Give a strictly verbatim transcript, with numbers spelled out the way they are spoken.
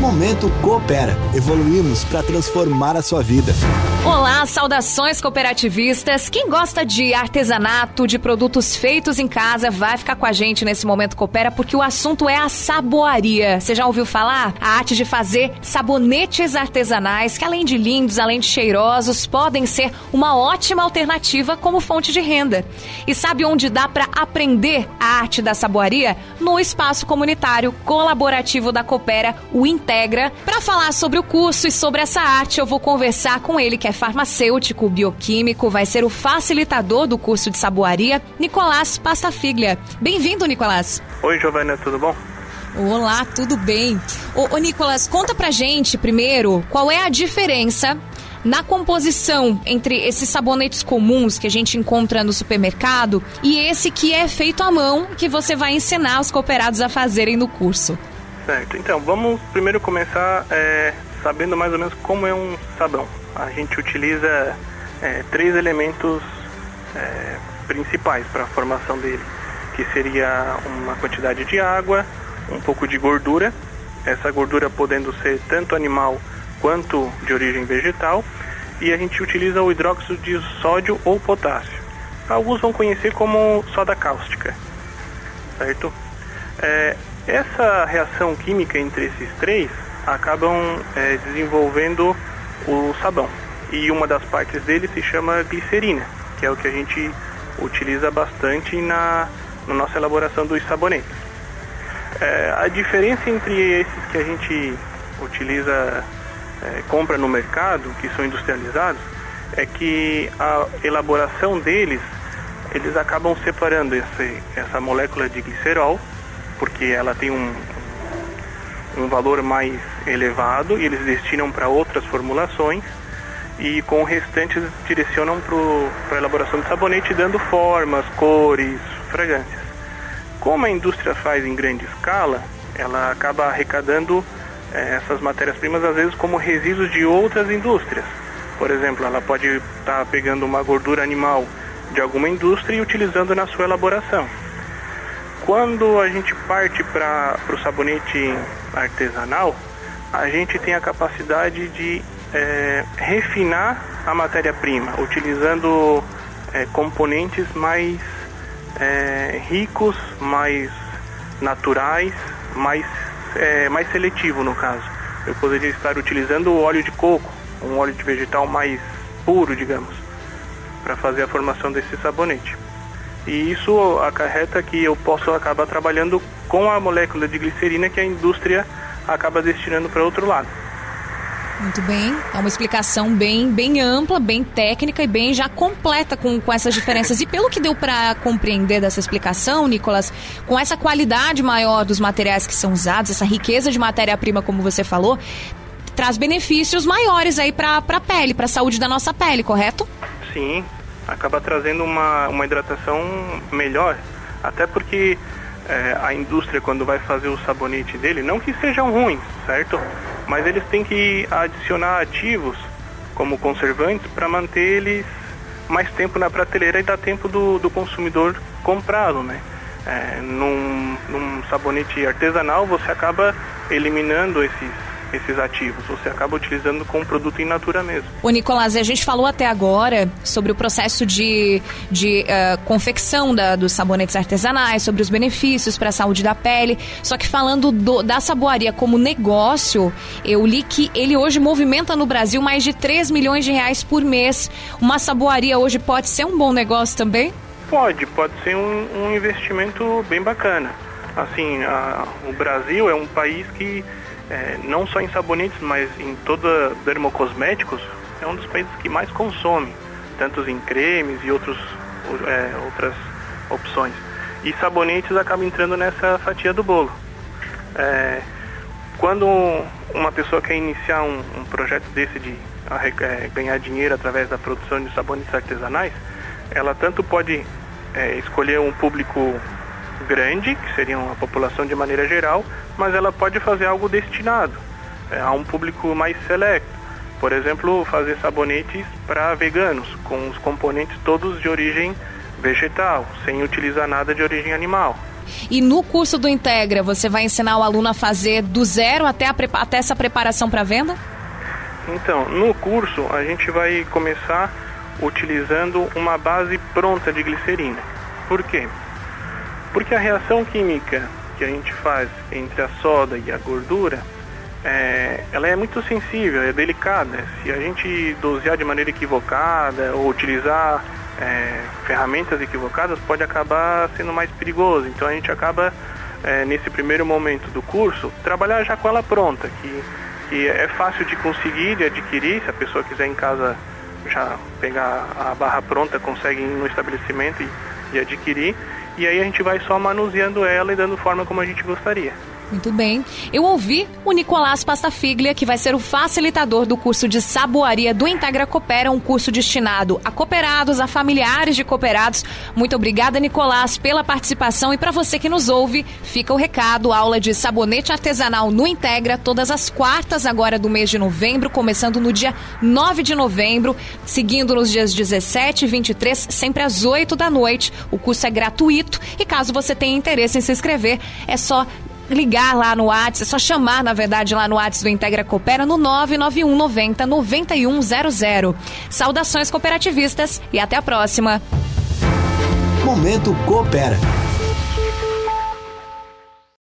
Momento Coopera. Evoluímos para transformar a sua vida. Olá, saudações cooperativistas. Quem gosta de artesanato, de produtos feitos em casa, vai ficar com a gente nesse Momento Coopera, porque o assunto é a saboaria. Você já ouviu falar? A arte de fazer sabonetes artesanais, que além de lindos, além de cheirosos, podem ser uma ótima alternativa como fonte de renda. E sabe onde dá para aprender a arte da saboaria? No espaço comunitário colaborativo da Coopera, o Integra. Para falar sobre o curso e sobre essa arte, eu vou conversar com ele, que é farmacêutico, bioquímico, vai ser o facilitador do curso de saboaria, Nicolás Pastafiglia. Bem-vindo, Nicolás. Oi, Giovana, tudo bom? Olá, tudo bem. Ô, ô Nicolás, conta pra gente, primeiro, qual é a diferença na composição entre esses sabonetes comuns que a gente encontra no supermercado e esse que é feito à mão, que você vai ensinar os cooperados a fazerem no curso. Certo, então vamos primeiro começar é, sabendo mais ou menos como é um sabão. A gente utiliza é, três elementos é, principais para a formação dele, que seria uma quantidade de água, um pouco de gordura, essa gordura podendo ser tanto animal quanto de origem vegetal, e a gente utiliza o hidróxido de sódio ou potássio. Alguns vão conhecer como soda cáustica, certo? É, essa reação química entre esses três acabam é, desenvolvendo o sabão, e uma das partes dele se chama glicerina, que é o que a gente utiliza bastante na, na nossa elaboração dos sabonetes. É, a diferença entre esses que a gente utiliza, é, compra no mercado, que são industrializados, é que a elaboração deles, eles acabam separando esse, essa molécula de glicerol, porque ela tem um, um valor mais elevado, e eles destinam para outras formulações, e com o restante eles direcionam para a elaboração de sabonete, dando formas, cores, fragrâncias. Como a indústria faz em grande escala, ela acaba arrecadando eh, essas matérias-primas às vezes como resíduos de outras indústrias. Por exemplo, ela pode estar tá pegando uma gordura animal de alguma indústria e utilizando na sua elaboração. Quando a gente parte para o sabonete artesanal, a gente tem a capacidade de é, refinar a matéria-prima, utilizando é, componentes mais é, ricos, mais naturais, mais, é, mais seletivo no caso. Eu poderia estar utilizando o óleo de coco, um óleo de vegetal mais puro, digamos, para fazer a formação desse sabonete. E isso acarreta que eu posso acabar trabalhando com a molécula de glicerina que a indústria acaba destinando para outro lado. Muito bem, é uma explicação bem, bem ampla, bem técnica e bem já completa com, com essas diferenças. E pelo que deu para compreender dessa explicação, Nicolás, com essa qualidade maior dos materiais que são usados, essa riqueza de matéria-prima, como você falou, traz benefícios maiores aí para a pele, para a saúde da nossa pele, correto? Sim, acaba trazendo uma, uma hidratação melhor, até porque é, a indústria, quando vai fazer o sabonete dele, não que sejam ruins, certo? Mas eles têm que adicionar ativos como conservantes para manter eles mais tempo na prateleira e dar tempo do, do consumidor comprá-lo, né? É, num, num sabonete artesanal você acaba eliminando esses esses ativos, você acaba utilizando como produto in natura mesmo. Ô Nicolás, a gente falou até agora sobre o processo de, de uh, confecção da, dos sabonetes artesanais, sobre os benefícios para a saúde da pele, só que falando do, da saboaria como negócio, eu li que ele hoje movimenta no Brasil mais de três milhões de reais por mês. Uma saboaria hoje pode ser um bom negócio também? Pode, pode ser um, um investimento bem bacana. Assim, a, o Brasil é um país que É, não só em sabonetes, mas em toda dermocosméticos, é um dos países que mais consome, tanto em cremes e outros, é, outras opções. E sabonetes acabam entrando nessa fatia do bolo. É, quando uma pessoa quer iniciar um, um projeto desse de é, ganhar dinheiro através da produção de sabonetes artesanais, ela tanto pode é, escolher um público grande, que seria a população de maneira geral, mas ela pode fazer algo destinado é, a um público mais seleto. Por exemplo, fazer sabonetes para veganos, com os componentes todos de origem vegetal, sem utilizar nada de origem animal. E no curso do Integra, você vai ensinar o aluno a fazer do zero até, a, até essa preparação para venda? Então, no curso a gente vai começar utilizando uma base pronta de glicerina. Por quê? Porque a reação química que a gente faz entre a soda e a gordura, é, ela é muito sensível, é delicada. Se a gente dosear de maneira equivocada ou utilizar é, ferramentas equivocadas, pode acabar sendo mais perigoso. Então a gente acaba, é, nesse primeiro momento do curso, trabalhar já com ela pronta, que, que é fácil de conseguir, de adquirir. Se a pessoa quiser em casa já pegar a barra pronta, consegue ir no estabelecimento e, e adquirir. E aí a gente vai só manuseando ela e dando forma como a gente gostaria. Muito bem. Eu ouvi o Nicolás Pastafiglia, que vai ser o facilitador do curso de saboaria do Integra Coopera, um curso destinado a cooperados, a familiares de cooperados. Muito obrigada, Nicolás, pela participação. E para você que nos ouve, fica o recado, aula de sabonete artesanal no Integra, todas as quartas agora do mês de novembro, começando no dia nove de novembro, seguindo nos dias dezessete e vinte e três, sempre às oito da noite. O curso é gratuito e caso você tenha interesse em se inscrever, é só ligar lá no WhatsApp, é só chamar, na verdade, lá no WhatsApp do Integra Coopera no nove nove um noventa noventa e um zero zero. Saudações cooperativistas e até a próxima. Momento Coopera.